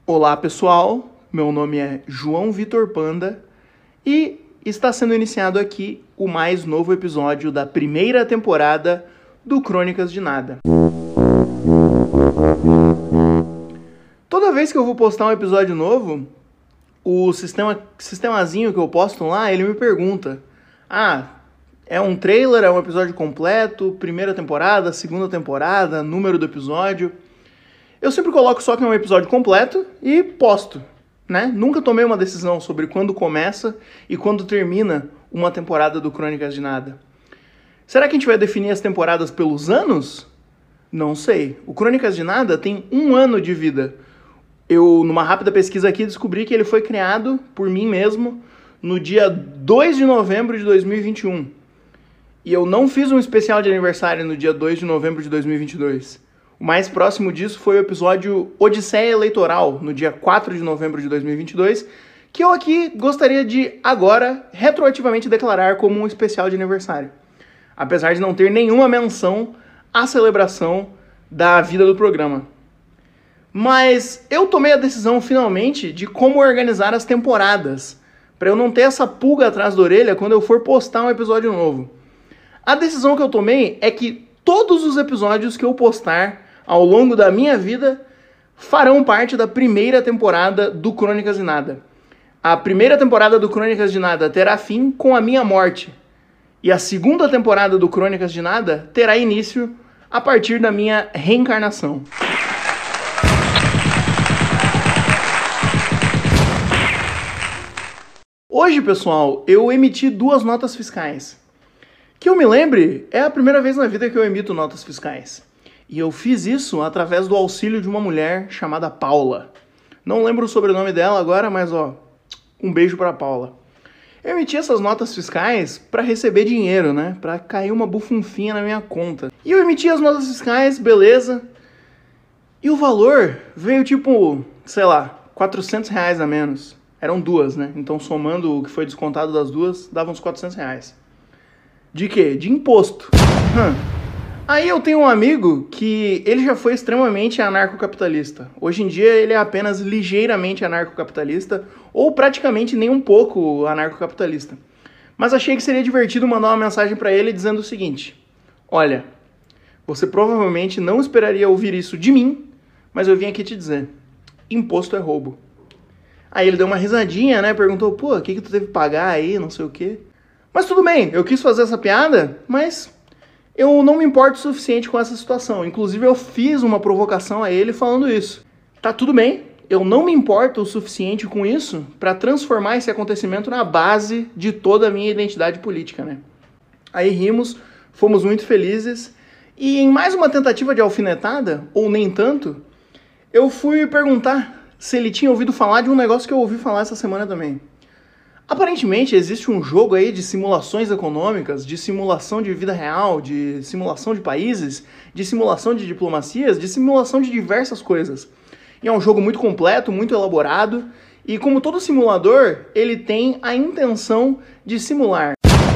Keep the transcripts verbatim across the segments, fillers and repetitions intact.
Olá pessoal, meu nome é João Vitor Panda e está sendo iniciado aqui o mais novo episódio da primeira temporada do Crônicas de Nada. Toda vez que eu vou postar um episódio novo, o sistema, sistemazinho que eu posto lá, ele me pergunta: Ah, é um trailer, é um episódio completo, primeira temporada, segunda temporada, número do episódio? Eu sempre coloco só que é um episódio completo e posto, né? Nunca tomei uma decisão sobre quando começa e quando termina uma temporada do Crônicas de Nada. Será que a gente vai definir as temporadas pelos anos? Não sei. O Crônicas de Nada tem um ano de vida. Eu, numa rápida pesquisa aqui, descobri que ele foi criado por mim mesmo no dia dois de novembro de dois mil e vinte e um. E eu não fiz um especial de aniversário no dia dois de novembro de dois mil e vinte e dois. O mais próximo disso foi o episódio Odisseia Eleitoral, no dia quatro de novembro de dois mil e vinte e dois, que eu aqui gostaria de, agora, retroativamente declarar como um especial de aniversário. Apesar de não ter nenhuma menção à celebração da vida do programa. Mas eu tomei a decisão, finalmente, de como organizar as temporadas, para eu não ter essa pulga atrás da orelha quando eu for postar um episódio novo. A decisão que eu tomei é que todos os episódios que eu postar ao longo da minha vida farão parte da primeira temporada do Crônicas de Nada. A primeira temporada do Crônicas de Nada terá fim com a minha morte. E a segunda temporada do Crônicas de Nada terá início a partir da minha reencarnação. Hoje, pessoal, eu emiti duas notas fiscais. Que eu me lembre, é a primeira vez na vida que eu emito notas fiscais. E eu fiz isso através do auxílio de uma mulher chamada Paula. Não lembro o sobrenome dela agora, mas ó, um beijo pra Paula. Eu emiti essas notas fiscais para receber dinheiro, né? Para cair uma bufunfinha na minha conta. E eu emiti as notas fiscais, beleza. E o valor veio tipo, sei lá, quatrocentos reais a menos. Eram duas, né? Então somando o que foi descontado das duas, dava uns quatrocentos reais. De quê? De imposto. Hum. Aí eu tenho um amigo que ele já foi extremamente anarcocapitalista. Hoje em dia ele é apenas ligeiramente anarcocapitalista, ou praticamente nem um pouco anarcocapitalista. Mas achei que seria divertido mandar uma mensagem para ele dizendo o seguinte: Olha, você provavelmente não esperaria ouvir isso de mim, mas eu vim aqui te dizer, imposto é roubo. Aí ele deu uma risadinha, né? Perguntou, pô, o que que tu teve que pagar aí, não sei o quê. Mas tudo bem, eu quis fazer essa piada, mas eu não me importo o suficiente com essa situação. Inclusive, eu fiz uma provocação a ele falando isso. Tá tudo bem, eu não me importo o suficiente com isso para transformar esse acontecimento na base de toda a minha identidade política, né? Aí rimos, fomos muito felizes, e em mais uma tentativa de alfinetada, ou nem tanto, eu fui perguntar se ele tinha ouvido falar de um negócio que eu ouvi falar essa semana também. Aparentemente existe um jogo aí de simulações econômicas, de simulação de vida real, de simulação de países, de simulação de diplomacias, de simulação de diversas coisas. E é um jogo muito completo, muito elaborado, e como todo simulador, ele tem a intenção de simular.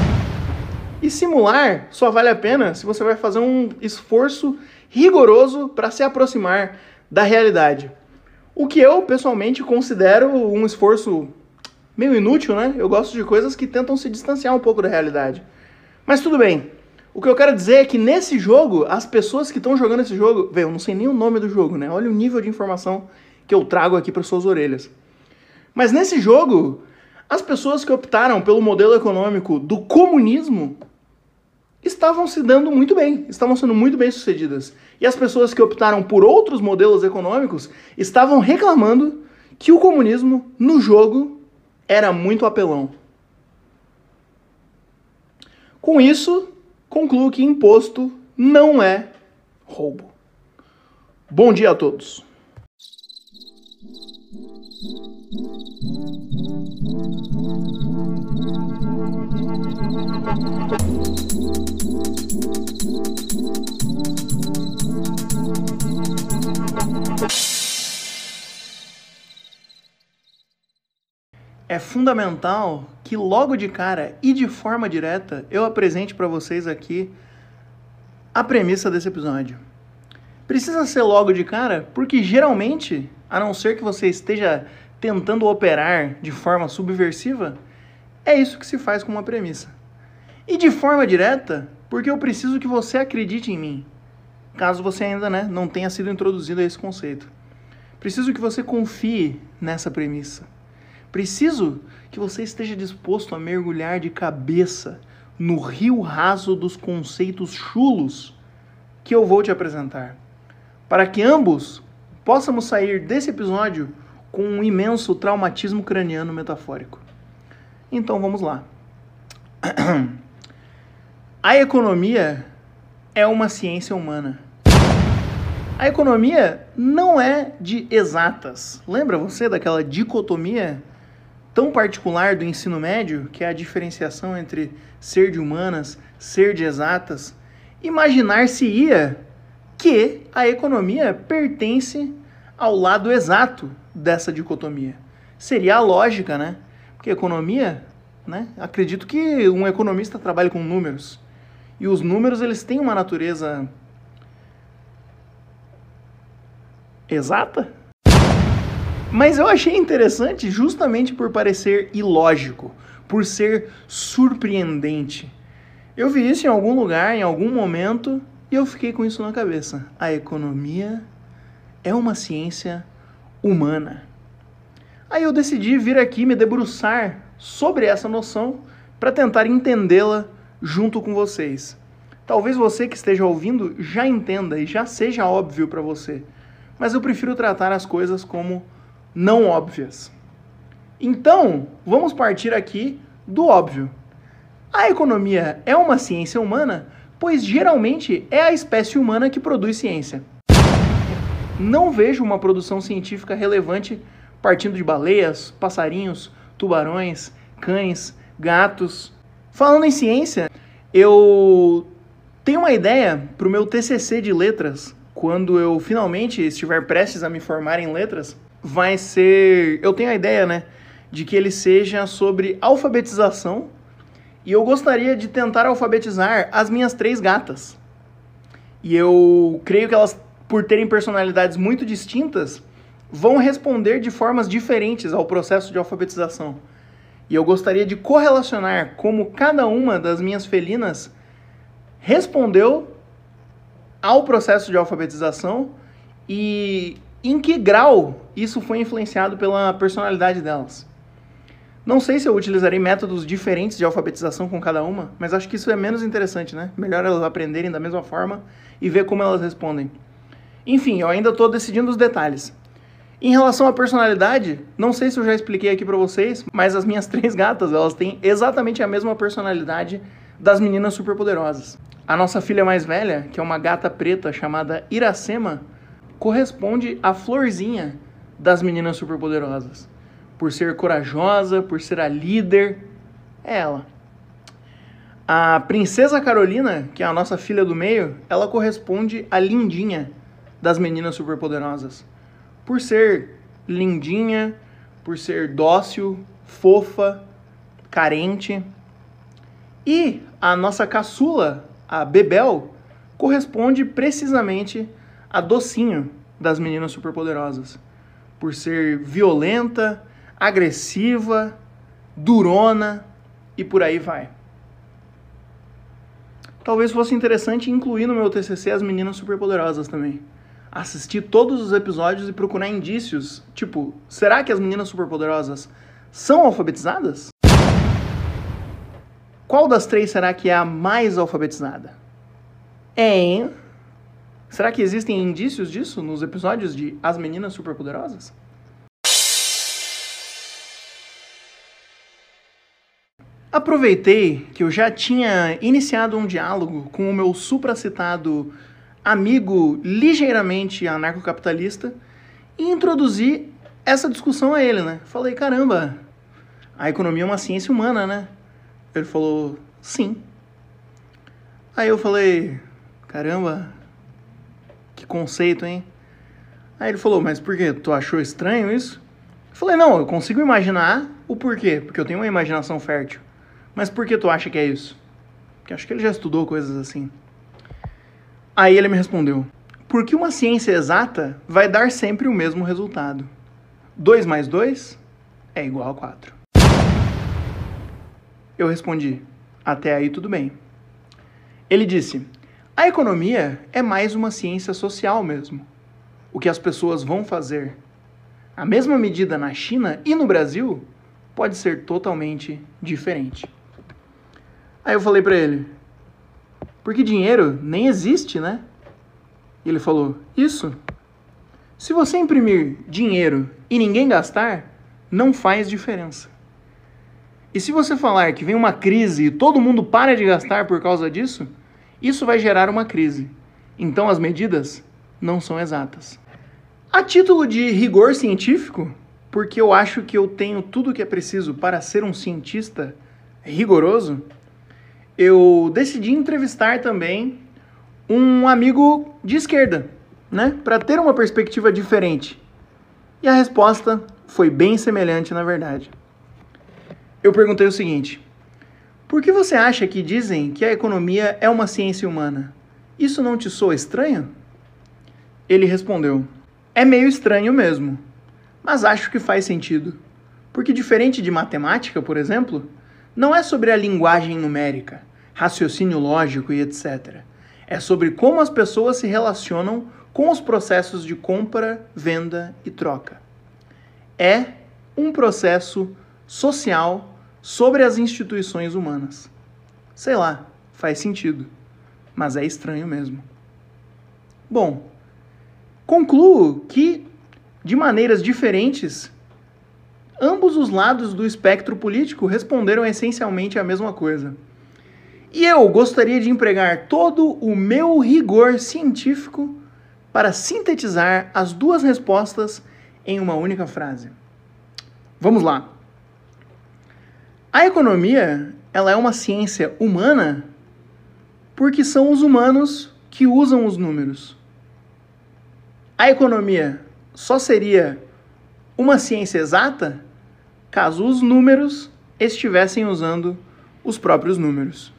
E simular só vale a pena se você vai fazer um esforço rigoroso para se aproximar da realidade. O que eu, pessoalmente, considero um esforço meio inútil, né? Eu gosto de coisas que tentam se distanciar um pouco da realidade. Mas tudo bem. O que eu quero dizer é que nesse jogo, as pessoas que estão jogando esse jogo... Véi, eu não sei nem o nome do jogo, né? Olha o nível de informação que eu trago aqui para suas orelhas. Mas nesse jogo, as pessoas que optaram pelo modelo econômico do comunismo estavam se dando muito bem, estavam sendo muito bem sucedidas. E as pessoas que optaram por outros modelos econômicos estavam reclamando que o comunismo, no jogo, era muito apelão. Com isso, concluo que imposto não é roubo. Bom dia a todos. É fundamental que logo de cara e de forma direta eu apresente para vocês aqui a premissa desse episódio. Precisa ser logo de cara porque geralmente a não ser que você esteja tentando operar de forma subversiva, é isso que se faz com uma premissa. E de forma direta, porque eu preciso que você acredite em mim, caso você ainda, né, não tenha sido introduzido a esse conceito. Preciso que você confie nessa premissa. Preciso que você esteja disposto a mergulhar de cabeça no rio raso dos conceitos chulos que eu vou te apresentar, para que ambos possamos sair desse episódio com um imenso traumatismo craniano metafórico. Então vamos lá. A economia é uma ciência humana. A economia não é de exatas. Lembra você daquela dicotomia tão particular do ensino médio, que é a diferenciação entre ser de humanas, ser de exatas? Imaginar-se-ia que a economia pertence ao lado exato dessa dicotomia. Seria a lógica, né? Porque economia, né? Acredito que um economista trabalha com números. E os números, eles têm uma natureza exata? Mas eu achei interessante justamente por parecer ilógico, por ser surpreendente. Eu vi isso em algum lugar, em algum momento, e eu fiquei com isso na cabeça. A economia é uma ciência humana. Aí eu decidi vir aqui me debruçar sobre essa noção para tentar entendê-la junto com vocês. Talvez você que esteja ouvindo já entenda e já seja óbvio para você, mas eu prefiro tratar as coisas como não óbvias. Então, vamos partir aqui do óbvio. A economia é uma ciência humana, pois geralmente é a espécie humana que produz ciência. Não vejo uma produção científica relevante partindo de baleias, passarinhos, tubarões, cães, gatos. Falando em ciência, eu tenho uma ideia para o meu T C C de letras, quando eu finalmente estiver prestes a me formar em letras. Vai ser... Eu tenho a ideia, né, de que ele seja sobre alfabetização, e eu gostaria de tentar alfabetizar as minhas três gatas. E eu creio que elas, por terem personalidades muito distintas, vão responder de formas diferentes ao processo de alfabetização. E eu gostaria de correlacionar como cada uma das minhas felinas respondeu ao processo de alfabetização e em que grau isso foi influenciado pela personalidade delas. Não sei se eu utilizarei métodos diferentes de alfabetização com cada uma, mas acho que isso é menos interessante, né? Melhor elas aprenderem da mesma forma e ver como elas respondem. Enfim, eu ainda estou decidindo os detalhes. Em relação à personalidade, não sei se eu já expliquei aqui para vocês, mas as minhas três gatas, elas têm exatamente a mesma personalidade das meninas superpoderosas. A nossa filha mais velha, que é uma gata preta chamada Iracema, corresponde à florzinha das meninas superpoderosas. Por ser corajosa, por ser a líder, é ela. A princesa Carolina, que é a nossa filha do meio, ela corresponde à lindinha das meninas superpoderosas. Por ser lindinha, por ser dócil, fofa, carente. E a nossa caçula, a Bebel, corresponde precisamente a docinho das meninas superpoderosas. Por ser violenta, agressiva, durona e por aí vai. Talvez fosse interessante incluir no meu T C C as meninas superpoderosas também. Assistir todos os episódios e procurar indícios, tipo, será que as meninas superpoderosas são alfabetizadas? Qual das três será que é a mais alfabetizada? Hein? Será que existem indícios disso nos episódios de As Meninas Superpoderosas? Aproveitei que eu já tinha iniciado um diálogo com o meu supracitado amigo ligeiramente anarcocapitalista e introduzi essa discussão a ele, né? Falei, caramba, a economia é uma ciência humana, né? Ele falou, sim. Aí eu falei, caramba, que conceito, hein? Aí ele falou, mas por quê? Tu achou estranho isso? Eu falei, não, eu consigo imaginar o porquê, porque eu tenho uma imaginação fértil. Mas por que tu acha que é isso? Porque acho que ele já estudou coisas assim. Aí ele me respondeu, Porque uma ciência exata vai dar sempre o mesmo resultado. dois mais dois é igual a quatro. Eu respondi, até aí tudo bem. Ele disse, a economia é mais uma ciência social mesmo. O que as pessoas vão fazer. A mesma medida na China e no Brasil pode ser totalmente diferente. Aí eu falei para ele, porque dinheiro nem existe, né? E ele falou, isso. Se você imprimir dinheiro e ninguém gastar, não faz diferença. E se você falar que vem uma crise e todo mundo para de gastar por causa disso, isso vai gerar uma crise. Então as medidas não são exatas. A título de rigor científico, porque eu acho que eu tenho tudo o que é preciso para ser um cientista rigoroso, eu decidi entrevistar também um amigo de esquerda, né, para ter uma perspectiva diferente. E a resposta foi bem semelhante, na verdade. Eu perguntei o seguinte, por que você acha que dizem que a economia é uma ciência humana? Isso não te soa estranho? Ele respondeu, é meio estranho mesmo, mas acho que faz sentido. Porque diferente de matemática, por exemplo, não é sobre a linguagem numérica, raciocínio lógico e etcétera. É sobre como as pessoas se relacionam com os processos de compra, venda e troca. É um processo social sobre as instituições humanas. Sei lá, faz sentido, mas é estranho mesmo. Bom, concluo que, de maneiras diferentes, ambos os lados do espectro político responderam essencialmente a mesma coisa. E eu gostaria de empregar todo o meu rigor científico para sintetizar as duas respostas em uma única frase. Vamos lá. A economia, ela é uma ciência humana porque são os humanos que usam os números. A economia só seria uma ciência exata caso os números estivessem usando os próprios números.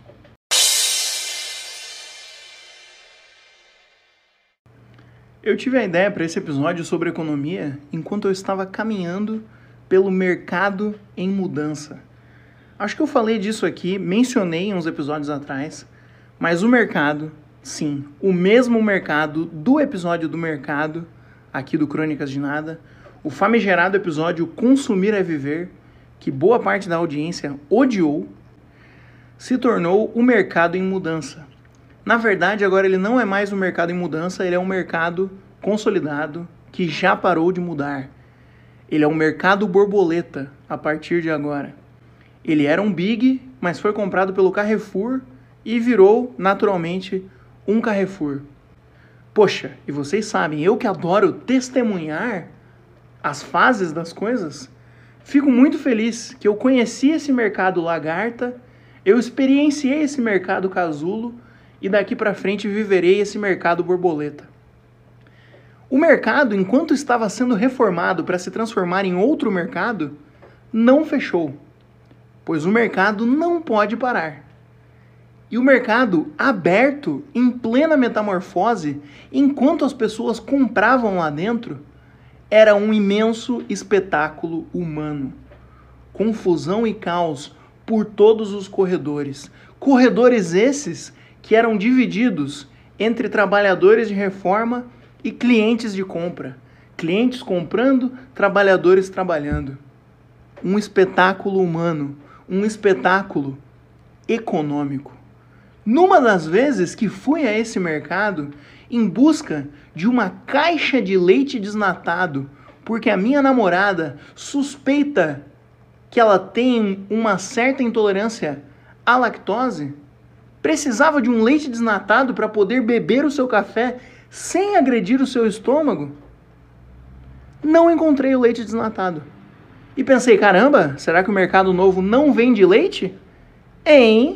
Eu tive a ideia para esse episódio sobre economia enquanto eu estava caminhando pelo mercado em mudança. Acho que eu falei disso aqui, mencionei em uns episódios atrás, mas o mercado, sim, o mesmo mercado do episódio do mercado, aqui do Crônicas de Nada, o famigerado episódio Consumir é Viver, que boa parte da audiência odiou, se tornou o mercado em mudança. Na verdade, agora ele não é mais um mercado em mudança, ele é um mercado consolidado que já parou de mudar. Ele é um mercado borboleta a partir de agora. Ele era um Big, mas foi comprado pelo Carrefour e virou, naturalmente, um Carrefour. Poxa, e vocês sabem, eu que adoro testemunhar as fases das coisas, fico muito feliz que eu conheci esse mercado lagarta, eu experienciei esse mercado casulo e daqui para frente viverei esse mercado borboleta. O mercado, enquanto estava sendo reformado para se transformar em outro mercado, não fechou, pois o mercado não pode parar. E o mercado aberto, em plena metamorfose, enquanto as pessoas compravam lá dentro, era um imenso espetáculo humano. Confusão e caos por todos os corredores. Corredores esses que eram divididos entre trabalhadores de reforma e clientes de compra. Clientes comprando, trabalhadores trabalhando. Um espetáculo humano, um espetáculo econômico. Numa das vezes que fui a esse mercado em busca de uma caixa de leite desnatado, porque a minha namorada suspeita que ela tem uma certa intolerância à lactose, precisava de um leite desnatado para poder beber o seu café sem agredir o seu estômago, não encontrei o leite desnatado. E pensei, caramba, será que o Mercado Novo não vende leite? Hein?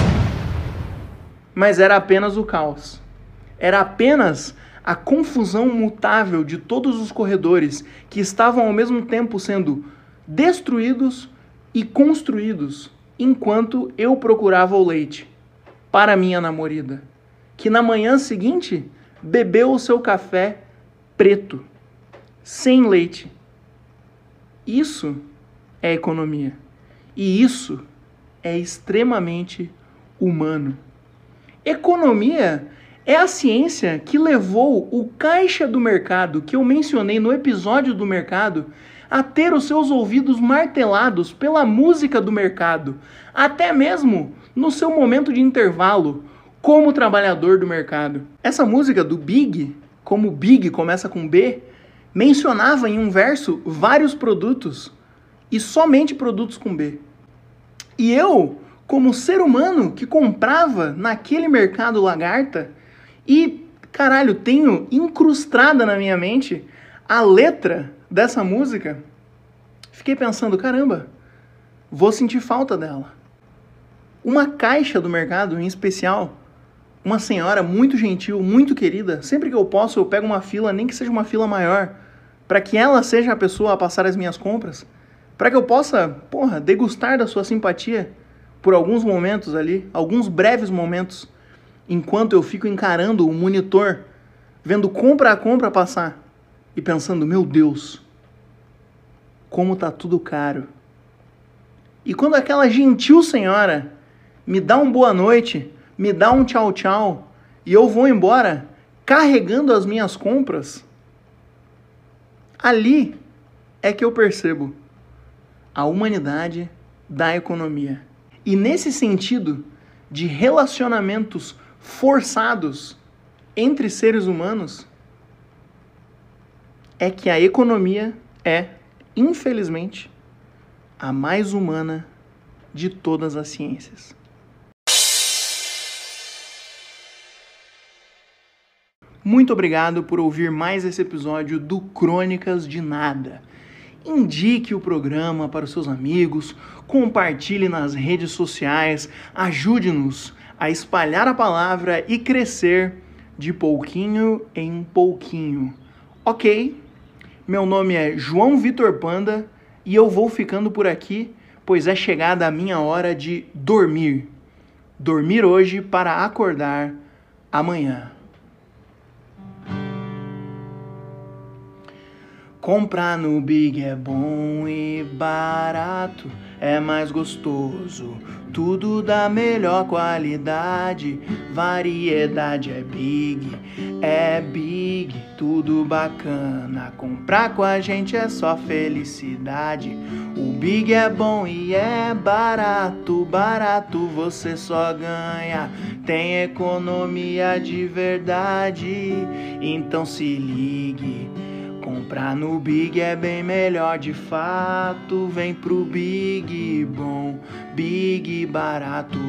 Mas era apenas o caos. Era apenas a confusão mutável de todos os corredores que estavam ao mesmo tempo sendo destruídos e construídos enquanto eu procurava o leite para minha namorada, que na manhã seguinte bebeu o seu café preto, sem leite. Isso é economia. E isso é extremamente humano. Economia é a ciência que levou o caixa do mercado, que eu mencionei no episódio do mercado, a ter os seus ouvidos martelados pela música do mercado, até mesmo no seu momento de intervalo, como trabalhador do mercado. Essa música do Big, como Big começa com B, mencionava em um verso vários produtos, e somente produtos com B. E eu, como ser humano que comprava naquele mercado lagarta, e, caralho, tenho incrustada na minha mente a letra dessa música, fiquei pensando, caramba, vou sentir falta dela. Uma caixa do mercado, em especial, uma senhora muito gentil, muito querida, sempre que eu posso eu pego uma fila, nem que seja uma fila maior, para que ela seja a pessoa a passar as minhas compras, para que eu possa, porra, degustar da sua simpatia por alguns momentos ali, alguns breves momentos, enquanto eu fico encarando o monitor, vendo compra a compra passar e pensando, meu Deus, como tá tudo caro. E quando aquela gentil senhora me dá um boa noite, me dá um tchau tchau e eu vou embora carregando as minhas compras, ali é que eu percebo a humanidade da economia. E nesse sentido de relacionamentos forçados entre seres humanos, é que a economia é, infelizmente, a mais humana de todas as ciências. Muito obrigado por ouvir mais esse episódio do Crônicas de Nada. Indique o programa para os seus amigos, compartilhe nas redes sociais, ajude-nos a espalhar a palavra e crescer de pouquinho em pouquinho. Ok? Meu nome é João Vitor Panda e eu vou ficando por aqui, pois é chegada a minha hora de dormir. Dormir hoje para acordar amanhã. Comprar no Big é bom e barato, é mais gostoso, tudo da melhor qualidade, variedade é Big, é Big, tudo bacana, comprar com a gente é só felicidade. O Big é bom e é barato, barato você só ganha, tem economia de verdade, então se ligue. Comprar no Big é bem melhor de fato, vem pro Big bom, Big barato.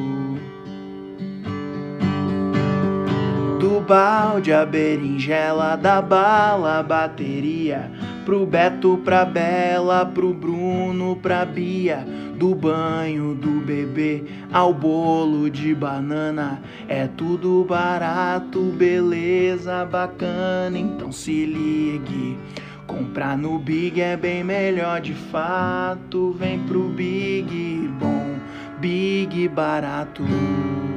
Do balde a berinjela, da bala a bateria, pro Beto, pra Bela, pro Bruno, pra Bia, do banho do bebê ao bolo de banana, é tudo barato, beleza, bacana, então se ligue. Comprar no Big é bem melhor de fato, vem pro Big bom, Big barato.